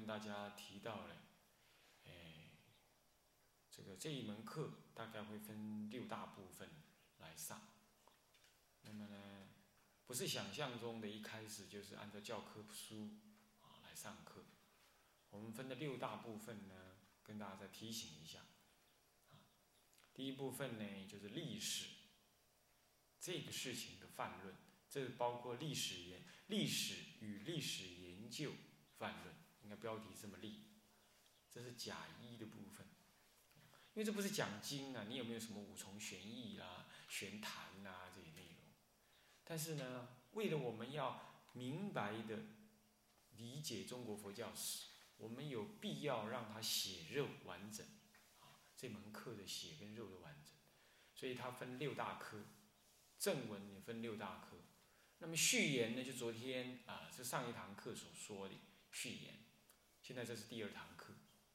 大家提到了，这一门课大概会分6大部分来上。那么呢，不是想象中的一开始就是按照教科书来上课。我们分的6大部分呢，跟大家再提醒一下。第一部分呢，就是历史这个事情的泛论，这包括历史与历史研究泛论，应该标题这么立。这是甲一的部分，因为这不是讲经啊，你有没有什么五重玄义玄谈这些内容？但是呢，为了我们要明白的理解中国佛教史，我们有必要让它血肉完整这门课的血跟肉的完整，所以它分6大科，正文也分6大科。那么序言呢，就昨天是上一堂课所说的序言，现在这是第2堂课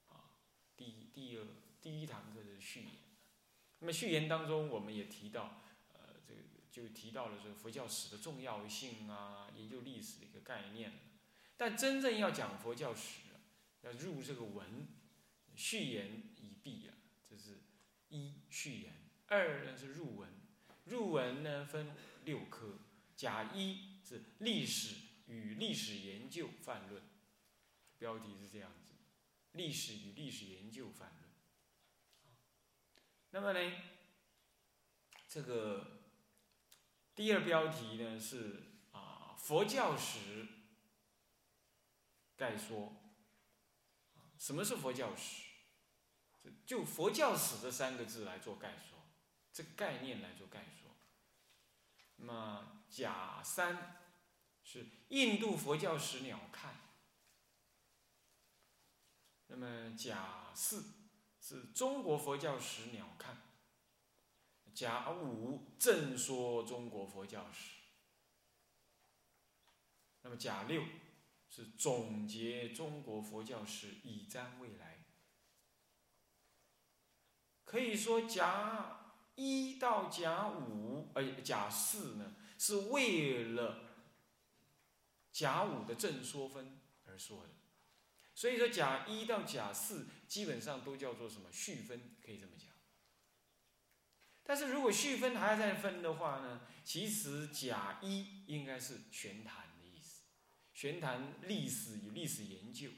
第一堂课的序言。那么序言当中，我们也提到，就提到了这个佛教史的重要性研究历史的一个概念。但真正要讲佛教史，要入这个文，序言已毕这是1序言，2呢是入文。入文呢分6科，甲一是历史与历史研究泛论，标题是这样子：历史与历史研究泛论。那么呢，这个第2标题呢是佛教史概说。什么是佛教史？就佛教史这3个字来做概说，这个概念来做概说。那么甲3是印度佛教史鸟瞰，那么甲4是中国佛教史鸟瞰，甲5正说中国佛教史，那么甲6是总结中国佛教史，以瞻未来。可以说甲1到甲5，甲4呢，是为了甲5的正说分而说的。所以说甲1到甲4基本上都叫做什么序分，可以这么讲。但是如果序分还要再分的话呢，其实甲1应该是玄谈的意思，玄谈历史与历史研究。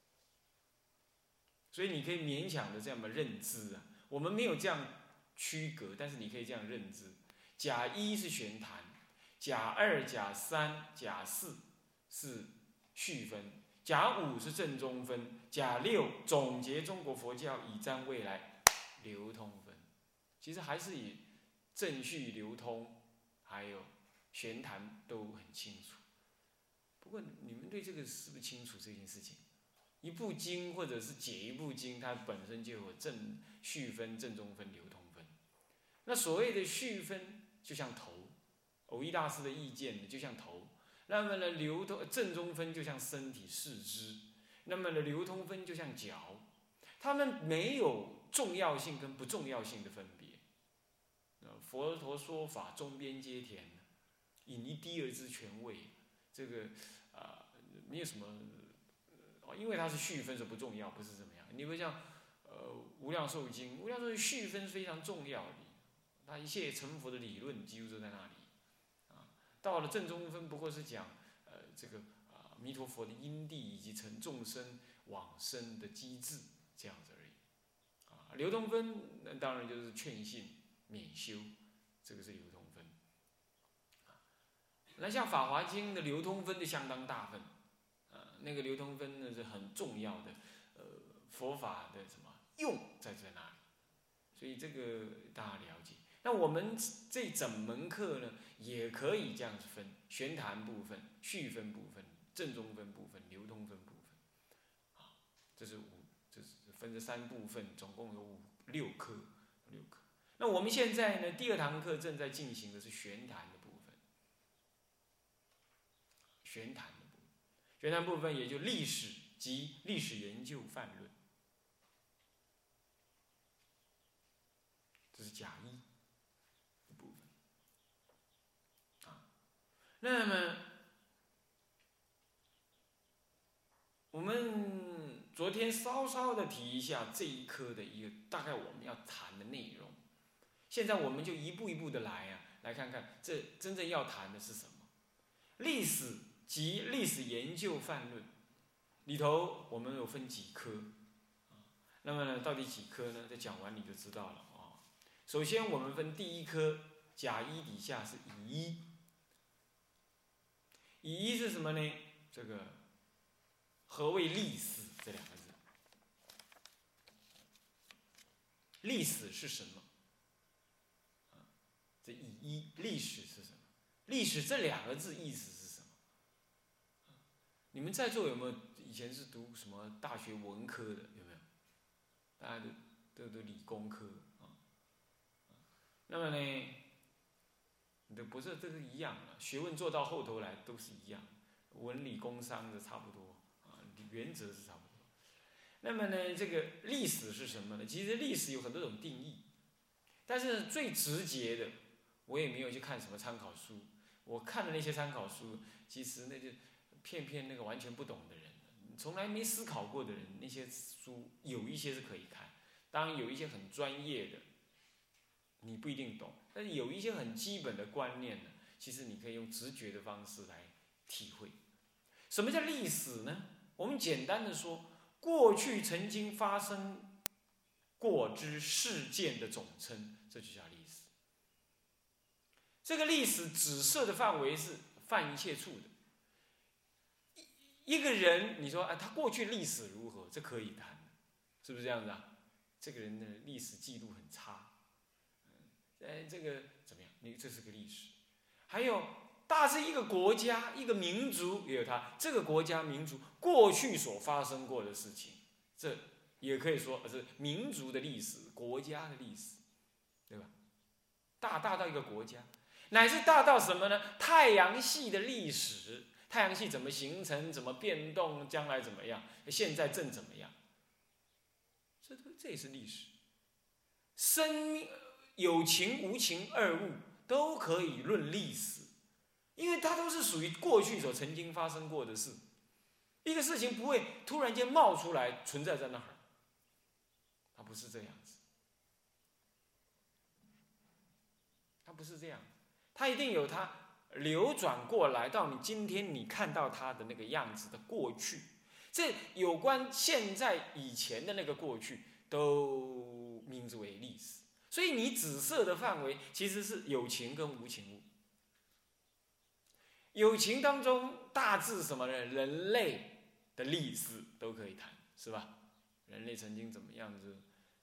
所以你可以勉强的这样的认知我们没有这样区隔，但是你可以这样认知：甲1是玄谈，甲2、甲3、甲4是序分，甲5是正宗分，甲6总结中国佛教，以瞻未来，流通分。其实还是以正序、流通还有玄谈都很清楚。不过你们对这个是不是清楚这件事情？一部经或者是解一部经，它本身就有序分、正宗分、流通分。那所谓的序分就像头，藕益大师的意见就像头。那么呢，正宗分就像身体四肢，那么呢，流通分就像脚。它们没有重要性跟不重要性的分别。佛陀说法中边皆田，引一滴而知全味。这个没有什么。因为它是序分，是不重要，不是怎么样。你会像无量寿经，无量寿序分是非常重要的，它一切成佛的理论几乎都在那里。到了正宗分，不过是讲弥陀佛的因地以及成众生往生的机制这样子而已。流通分那当然就是劝信免修，这个是流通分。那像法华经的流通分就相当大分。那个流通分呢是很重要的，佛法的什么用在那里，所以这个大家了解。那我们这整门课呢，也可以这样子分：玄谈部分、序分部分、正宗分部分、流通分部分。这是分这3部分，总共有6科。那我们现在呢，第2堂课正在进行的是玄谈的部分。玄谈部分也就历史及历史研究泛论，这是甲1的部分。那么我们昨天稍稍的提一下这一科的一个大概我们要谈的内容。现在我们就一步一步的来啊，来看看这真正要谈的是什么。历史及历史研究范论里头，我们有分几科，那么呢，到底几科呢？这讲完你就知道了啊。首先我们分第一科，甲一底下是乙一。乙一是什么呢？这个何谓历史这两个字？历史是什么？这乙一历史是什么？历史这两个字意思是什么？你们在座有没有以前是读什么大学文科的？有没有？大家都理工科啊。那么呢，不是这个一样啊，学问做到后头来都是一样，文理工商的差不多啊，原则是差不多。那么呢，这个历史是什么呢？其实历史有很多种定义，但是最直接的，我也没有去看什么参考书，我看的那些参考书，其实那就骗那个完全不懂的人，从来没思考过的人，那些书有一些是可以看，当然有一些很专业的，你不一定懂，但是有一些很基本的观念呢，其实你可以用直觉的方式来体会。什么叫历史呢？我们简单的说，过去曾经发生过之事件的总称，这就叫历史。这个历史指涉的范围是泛一切处的。一个人，你说他过去历史如何，这可以谈，是不是这样子啊？这个人的历史记录很差，这个怎么样？这是个历史。还有，大致一个国家、一个民族也有它这个国家、民族过去所发生过的事情，这也可以说是民族的历史、国家的历史，对吧？大到一个国家，乃至大到什么呢？太阳系的历史。太阳系怎么形成，怎么变动，将来怎么样，现在正怎么样，这也是历史。生命有情无情二物都可以论历史，因为它都是属于过去所曾经发生过的事。一个事情不会突然间冒出来存在在那儿，它不是这样子，它不是这样，它一定有它流转过来到你今天你看到它的那个样子的过去，这有关现在以前的那个过去都名之为历史。所以你指涉的范围其实是有情跟无情物。有情当中大致什么呢？人类的历史都可以谈，是吧？人类曾经怎么样子，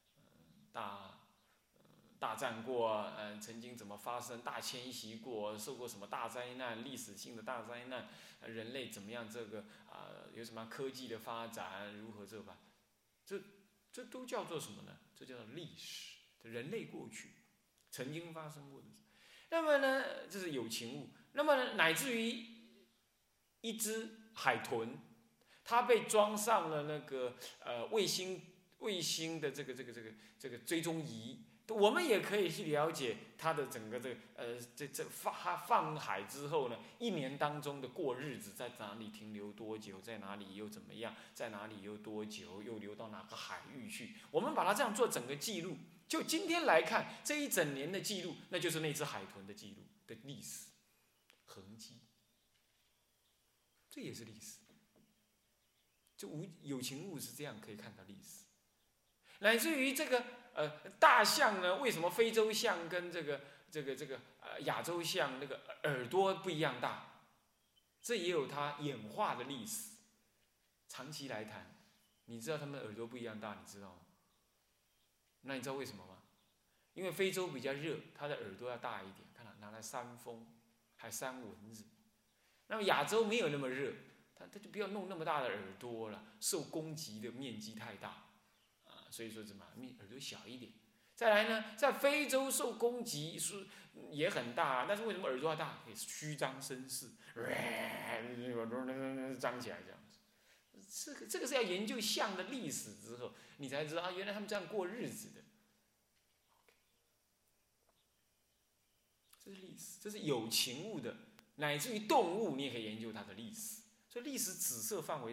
大战过，曾经怎么发生大迁徙过，受过什么大灾难，历史性的大灾难，人类怎么样这个有什么科技的发展，如何这般，这都叫做什么呢？这叫做历史，人类过去曾经发生过的事。那么呢，这是有情物。那么呢，乃至于一只海豚，它被装上了那个卫星的这个追踪仪。我们也可以去了解它的整个放海之后呢，一年当中的过日子，在哪里停留多久，在哪里又怎么样，在哪里又多久，又流到哪个海域去，我们把它这样做整个记录。就今天来看，这一整年的记录，那就是那只海豚的记录的历史痕迹，这也是历史。就有情物是这样可以看到历史，乃至于这个大象呢，为什么非洲象跟这个亚洲象那个耳朵不一样大？这也有它演化的历史。长期来谈，你知道它们耳朵不一样大，你知道吗？那你知道为什么吗？因为非洲比较热，它的耳朵要大一点，它拿来扇风，还扇蚊子。那么亚洲没有那么热，它就不要弄那么大的耳朵了，受攻击的面积太大。所以说什么耳朵小一点。再来呢，在非洲受攻击是也很大，但是为什么耳朵要大？可以虚张声势，耳朵张起来这样子。这个是要研究象的历史之后，你才知道原来他们这样过日子的。这是历史，这是有情物的，乃至于动物你也可以研究它的历史。所以历史指涉范围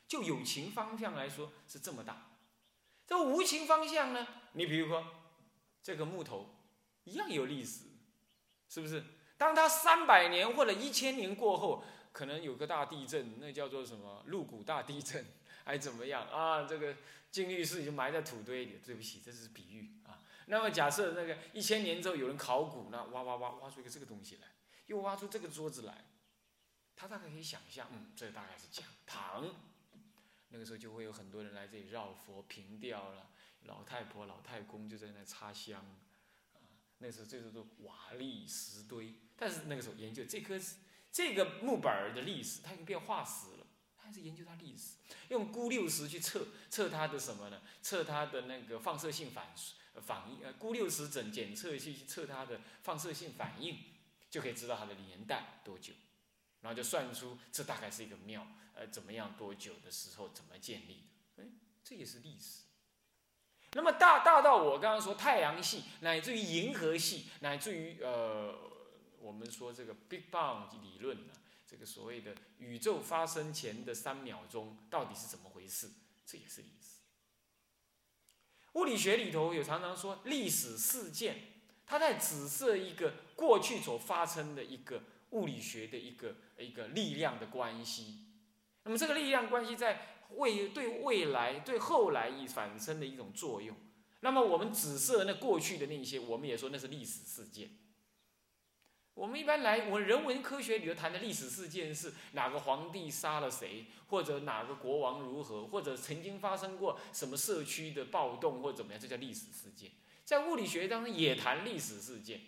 就有情方向来说是这么大。这无情方向呢，你比如说这个木头一样有历史，是不是？当它300年或者1000年过后，可能有个大地震，那叫做什么鹿谷大地震，还怎么样啊？这个净律寺就埋在土堆里。对不起，这是比喻啊。那么假设那个1000年之后有人考古，那挖出一个这个东西来，又挖出这个桌子来，他大概可以想象，这大概是讲唐。那个时候就会有很多人来这里绕佛凭吊了，老太婆、老太公就在那插香，那时候这都瓦砾石堆。但是那个时候研究这个木板的历史，它已经变化石了，他还是研究它历史，用钴六十去测它的什么呢？测它的那个放射性反应，钴六十检测去测它的放射性反应，就可以知道它的年代多久，然后就算出这大概是一个庙，怎么样多久的时候怎么建立的，这也是历史。那么大到我刚刚说太阳系，乃至于银河系，乃至于我们说这个 Big Bang 理论呢，这个所谓的宇宙发生前的3秒钟到底是怎么回事，这也是历史。物理学里头有常常说历史事件，它在指涉一个过去所发生的一个物理学的一个力量的关系。那么这个力量关系在对未来对后来产生的一种作用。那么我们指涉那过去的那些，我们也说那是历史事件。我们一般我人文科学里头谈的历史事件是哪个皇帝杀了谁，或者哪个国王如何，或者曾经发生过什么社区的暴动或怎么样，这叫历史事件。在物理学当中也谈历史事件。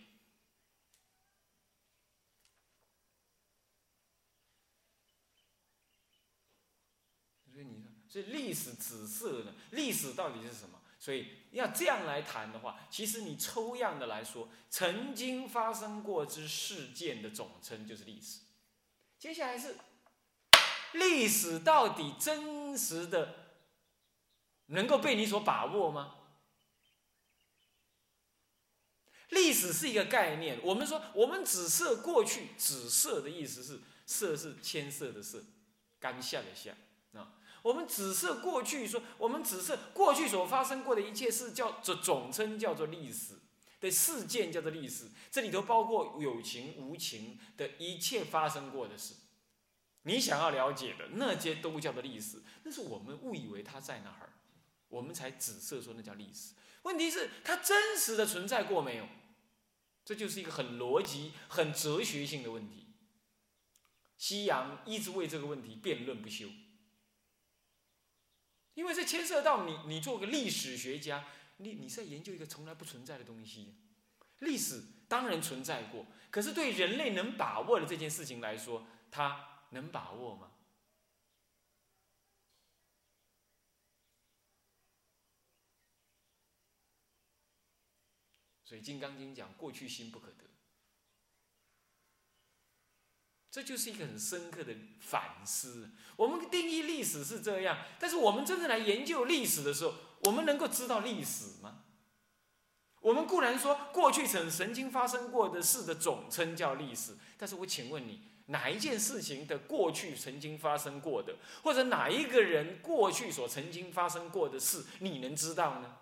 所以历史指涉呢，历史到底是什么？所以要这样来谈的话，其实你抽样的来说，曾经发生过之事件的总称就是历史。接下来是历史到底真实的能够被你所把握吗？历史是一个概念，我们说我们指涉过去，指涉的意思是涉是牵涉的涉，干下的下啊。我们指涉过去，说我们指涉过去所发生过的一切事，叫做总称叫做历史的事件，叫做历史。这里头包括有情无情的一切发生过的事，你想要了解的那些都叫做历史。那是我们误以为它在那儿，我们才指涉说那叫历史。问题是它真实的存在过没有？这就是一个很逻辑、很哲学性的问题。西洋一直为这个问题辩论不休。因为这牵涉到你做个历史学家，你在研究一个从来不存在的东西。历史当然存在过，可是对人类能把握的这件事情来说，它能把握吗？所以《金刚经》讲过去心不可得，这就是一个很深刻的反思。我们定义历史是这样，但是我们真正来研究历史的时候，我们能够知道历史吗？我们固然说过去曾经发生过的事的总称叫历史，但是我请问你，哪一件事情的过去曾经发生过的，或者哪一个人过去所曾经发生过的事，你能知道呢？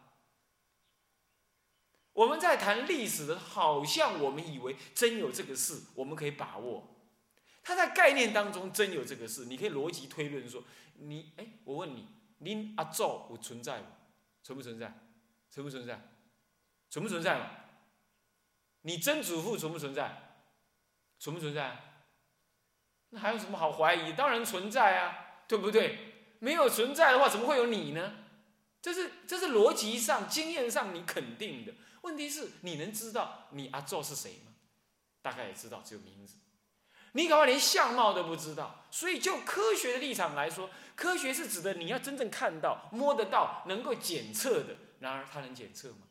我们在谈历史的，好像我们以为真有这个事，我们可以把握。它在概念当中真有这个事，你可以逻辑推论说，我问你，您阿祖有存在吗？存不存在？存不存在？存不存在嘛？你曾祖父存不存在？存不存在？那还有什么好怀疑？当然存在啊，对不对？没有存在的话，怎么会有你呢？这是逻辑上、经验上你肯定的。问题是，你能知道你阿祖是谁吗？大概也知道，只有名字。你搞不好连相貌都不知道。所以，就科学的立场来说，科学是指的你要真正看到、摸得到、能够检测的。然而，它能检测吗？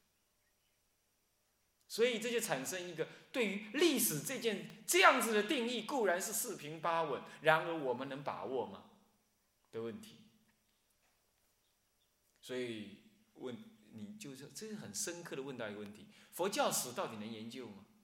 所以，这就产生一个对于历史这样子的定义，固然是四平八稳，然而我们能把握吗？的问题。所以你就是这是很深刻的问到一个问题：佛教史到底能研究吗？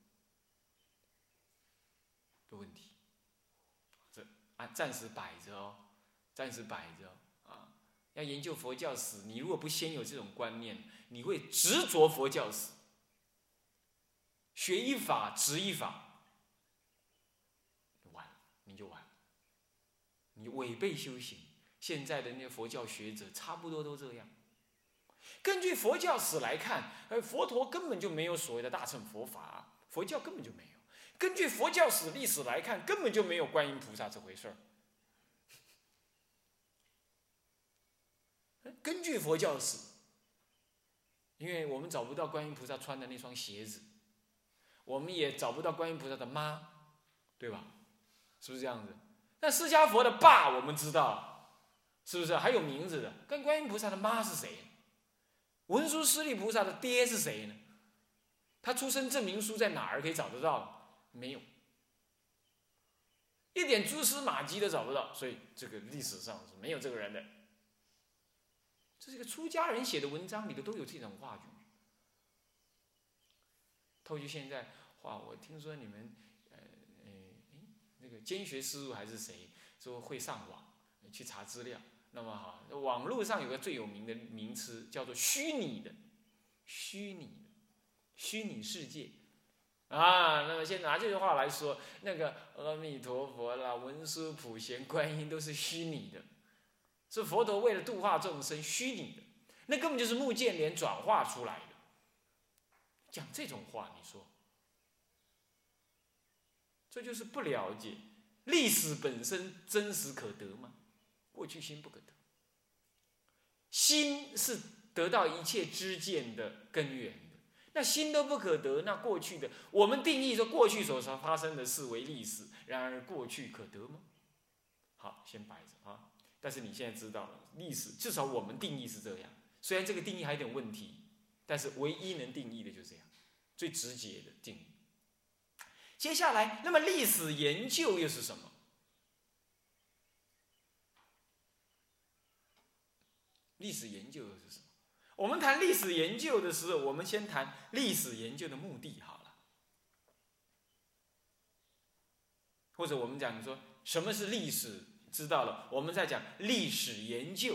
的问题，这暂时摆着哦， 暂时摆着啊。要研究佛教史，你如果不先有这种观念，你会执着佛教史，学一法执一法，完了你就完了，你违背修行。现在的那些佛教学者差不多都这样。根据佛教史来看，佛陀根本就没有所谓的大乘佛法，佛教根本就没有。根据佛教史历史来看，根本就没有观音菩萨这回事儿。根据佛教史，因为我们找不到观音菩萨穿的那双鞋子，我们也找不到观音菩萨的妈，对吧？是不是这样子？那释迦佛的爸我们知道，是不是还有名字的？跟观音菩萨的妈是谁？文殊师利菩萨的爹是谁呢？他出生证明书在哪儿可以找得到？没有，一点蛛丝马迹都找不到，所以这个历史上是没有这个人的。这是一个出家人写的文章里头都有这种话语。透就现在话，我听说你们那个监学师傅还是谁说会上网去查资料。那么好，网络上有个最有名的名词叫做虚拟世界啊。那么先拿这句话来说，那个阿弥陀佛啦、文殊普贤观音都是虚拟的，是佛陀为了度化众生虚拟的，那根本就是目犍连转化出来的。讲这种话，你说这就是不了解历史本身真实可得吗？过去心不可得，心是得到一切知见的根源的。那心都不可得，那过去的我们定义说过去所发生的事为历史，然而过去可得吗？好，先摆着啊。但是你现在知道了，历史至少我们定义是这样，虽然这个定义还有点问题，但是唯一能定义的就是这样，最直接的定义。接下来，那么历史研究又是什么？历史研究又是什么？我们谈历史研究的时候，我们先谈历史研究的目的好了，或者我们讲说什么是历史，知道了，我们再讲历史研究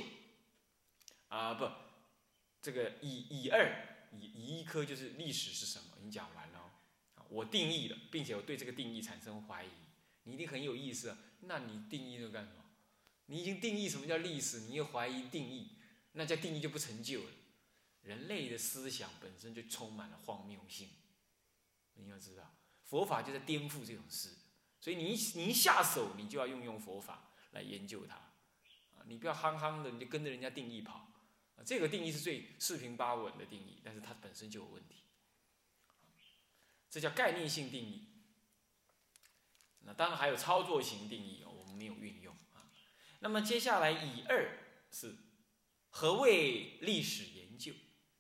这个以一科就是历史是什么，已经讲完了我定义了，并且我对这个定义产生怀疑，你一定很有意思啊。那你定义这干什么？你已经定义什么叫历史，你又怀疑定义，那叫定义就不成就了。人类的思想本身就充满了荒谬性，你要知道，佛法就在颠覆这种事，所以你一下手，你就要用佛法来研究它，你不要憨憨的，你就跟着人家定义跑，这个定义是最四平八稳的定义，但是它本身就有问题，这叫概念性定义。那当然还有操作型定义，我们没有运用啊。那么接下来以二是何谓历史研究？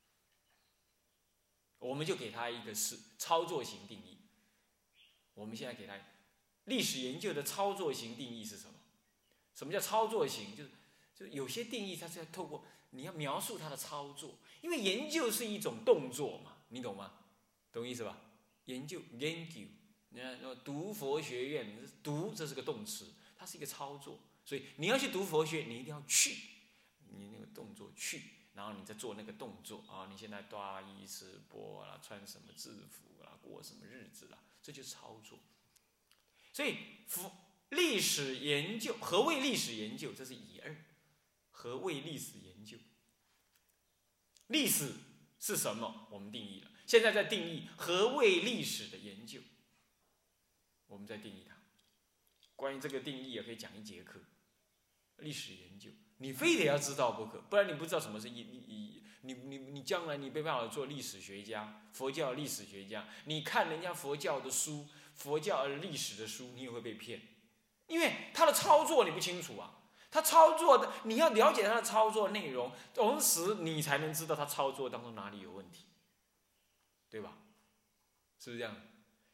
我们就给它一个是操作型定义。我们现在给它历史研究的操作型定义是什么？什么叫操作型？就有些定义它是要透过你要描述它的操作，因为研究是一种动作嘛，你懂吗？懂意思吧？研究，你看读佛学院，读这是个动词，它是一个操作，所以你要去读佛学，你一定要去，你那个动作去。然后你再做那个动作啊，你现在大衣吃钵啦，穿什么制服啦，过什么日子啦，这就是操作。所以历史研究，何谓历史研究？这是以二。何谓历史研究？历史是什么？我们定义了。现在在定义何谓历史的研究，我们再定义它。关于这个定义也可以讲一节课。历史研究，你非得要知道不可，不然你不知道什么是你将来你没办法做历史学家，佛教历史学家。你看人家佛教的书，佛教历史的书，你也会被骗，因为他的操作你不清楚啊。他操作的，你要了解他的操作内容，同时你才能知道他操作当中哪里有问题，对吧？是不是这样？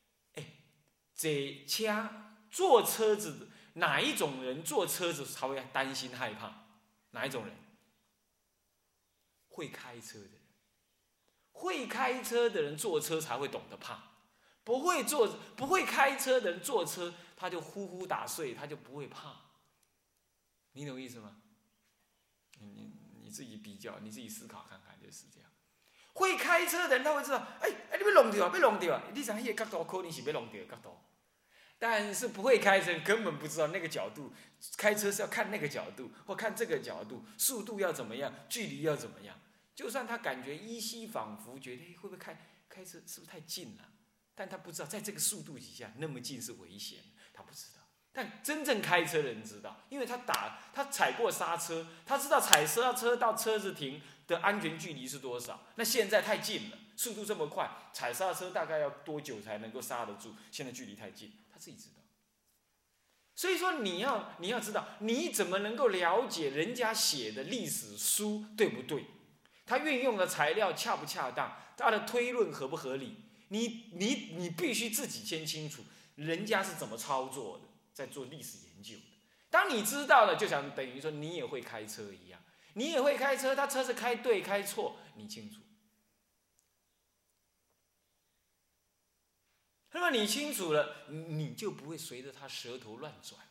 这车坐车子，哪一种人坐车子才会担心害怕？哪一种人？会开车的人，会开车的人坐车才会懂得怕。不会开车的人坐车，他就呼呼打睡，他就不会怕。 你懂意思吗？你自己比较，你自己思考看看，就是这样。会开车的人他会知道，你要弄掉啊，要弄掉啊，你想那个角度可能是要弄掉的角度。但是不会开车根本不知道那个角度，开车是要看那个角度或看这个角度，速度要怎么样，距离要怎么样。就算他感觉依稀仿佛觉得会不会开车是不是太近了，但他不知道在这个速度底下那么近是危险，他不知道。但真正开车的人知道，因为他踩过刹车，他知道踩刹车到车子停的安全距离是多少。那现在太近了，速度这么快，踩刹车大概要多久才能够刹得住？现在距离太近，他自己知道。所以说你要知道，你怎么能够了解人家写的历史书对不对？他运用的材料恰不恰当？他的推论合不合理？你必须自己先清楚，人家是怎么操作的，在做历史研究的。当你知道了，就想等于说你也会开车一样，你也会开车，他车是开对开错，你清楚。那么你清楚了，你就不会随着他舌头乱转。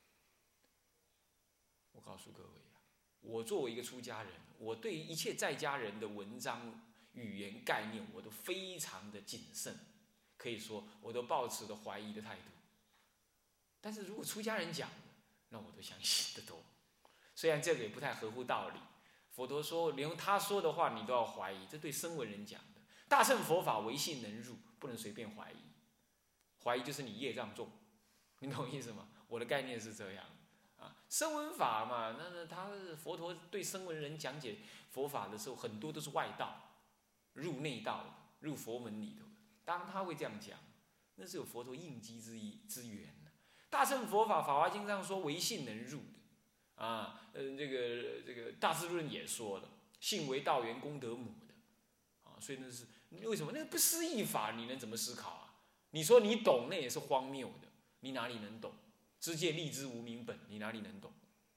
我告诉各位啊，我作为一个出家人，我对一切在家人的文章、语言概念，我都非常的谨慎，可以说我都抱持着怀疑的态度。但是如果出家人讲的，那我都相信得多。虽然这个也不太合乎道理，佛陀说连他说的话你都要怀疑，这对声闻人讲的。大乘佛法唯信能入，不能随便怀疑。怀疑就是你业障重，你懂意思吗？我的概念是这样啊，声闻法嘛，那他佛陀对声闻人讲解佛法的时候，很多都是外道，入内道的，入佛门里头的。当然他会这样讲，那是有佛陀应机之缘的。大乘佛法《法华经》上说唯信能入的啊，这个大智论也说了，信为道源功德母的啊，所以那是为什么那个不思议法，你能怎么思考啊？你说你懂，那也是荒谬的。你哪里能懂？知见立知无明本，你哪里能懂？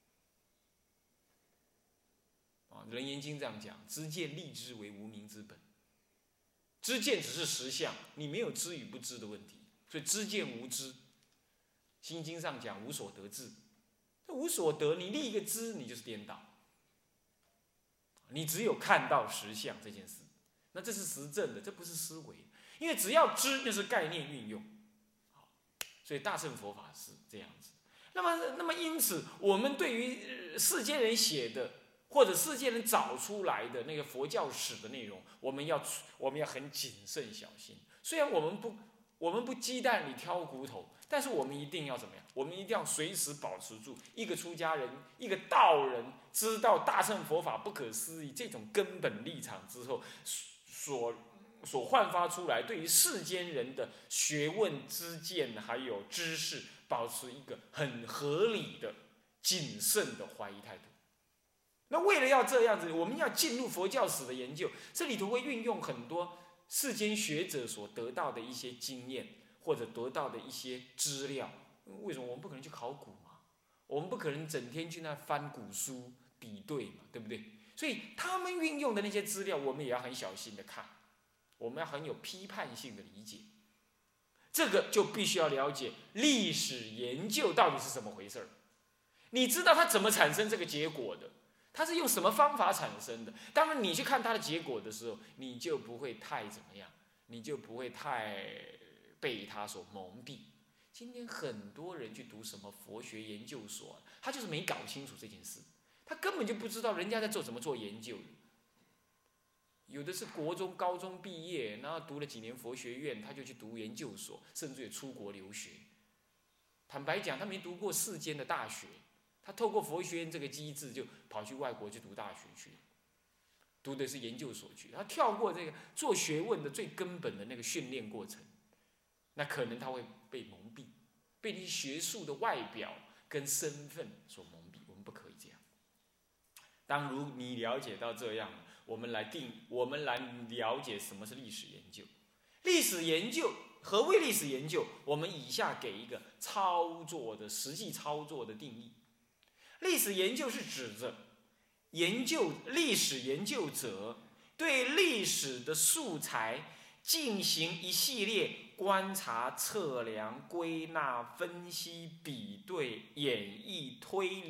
啊，《楞严经》这样讲，知见立知为无明之本。知见只是实相，你没有知与不知的问题，所以知见无知。《心经》上讲无所得智，无所得，你立一个知，你就是颠倒。你只有看到实相这件事，那这是实证的，这不是思维。因为只要知，就是概念运用，所以大乘佛法是这样子。那么因此，我们对于世间人写的或者世间人找出来的那个佛教史的内容，我们要很谨慎小心。虽然我们不鸡蛋里挑骨头，但是我们一定要怎么样？我们一定要随时保持住一个出家人、一个道人知道大乘佛法不可思议这种根本立场之后，所焕发出来对于世间人的学问知见还有知识，保持一个很合理的谨慎的怀疑态度。那为了要这样子，我们要进入佛教史的研究，这里头会运用很多世间学者所得到的一些经验或者得到的一些资料。为什么我们不可能去考古嘛？我们不可能整天去那翻古书比对嘛，对不对？所以他们运用的那些资料，我们也要很小心的看。我们要很有批判性的理解，这个就必须要了解历史研究到底是怎么回事。你知道它怎么产生这个结果的，它是用什么方法产生的。当然你去看它的结果的时候，你就不会太怎么样，你就不会太被它所蒙蔽。今天很多人去读什么佛学研究所，他就是没搞清楚这件事，他根本就不知道人家在怎么做研究的。有的是国中、高中毕业，然后读了几年佛学院，他就去读研究所，甚至也出国留学。坦白讲，他没读过世间的大学，他透过佛学院这个机制，就跑去外国去读大学去，读的是研究所去，他跳过这个做学问的最根本的那个训练过程，那可能他会被蒙蔽，被你学术的外表跟身份所蒙蔽。我们不可以这样。当如你了解到这样，我们来了解什么是历史研究。历史研究，何谓历史研究？我们以下给一个实际操作的定义。历史研究是指着历史研究者对历史的素材进行一系列观察、测量、归纳、分析、比对、演绎、推理，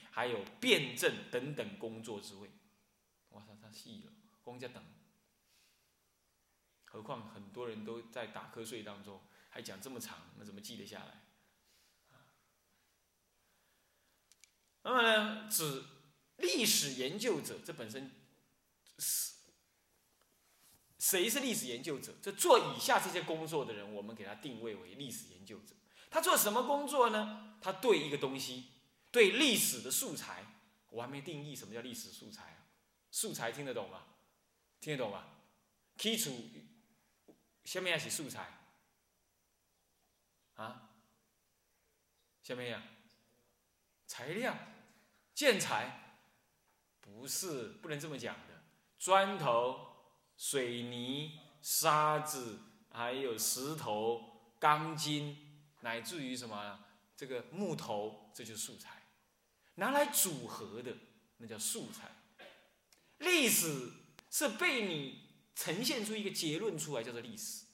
还有辩证等等工作之位。哇塞，他细了，公家等。何况很多人都在打瞌睡当中，还讲这么长，那怎么记得下来？那么呢，指历史研究者，这本身是谁是历史研究者？这做以下这些工作的人，我们给他定位为历史研究者。他做什么工作呢？他对一个东西，对历史的素材，我还没定义什么叫历史素材啊？素材听得懂吗？听得懂吗？基础，什么样是素材？啊？什么样？材料、建材？不是，不能这么讲的。砖头、水泥、沙子，还有石头、钢筋。乃至于什么这个木头，这就是素材，拿来组合的那叫素材。历史是被你呈现出一个结论出来，叫做历史。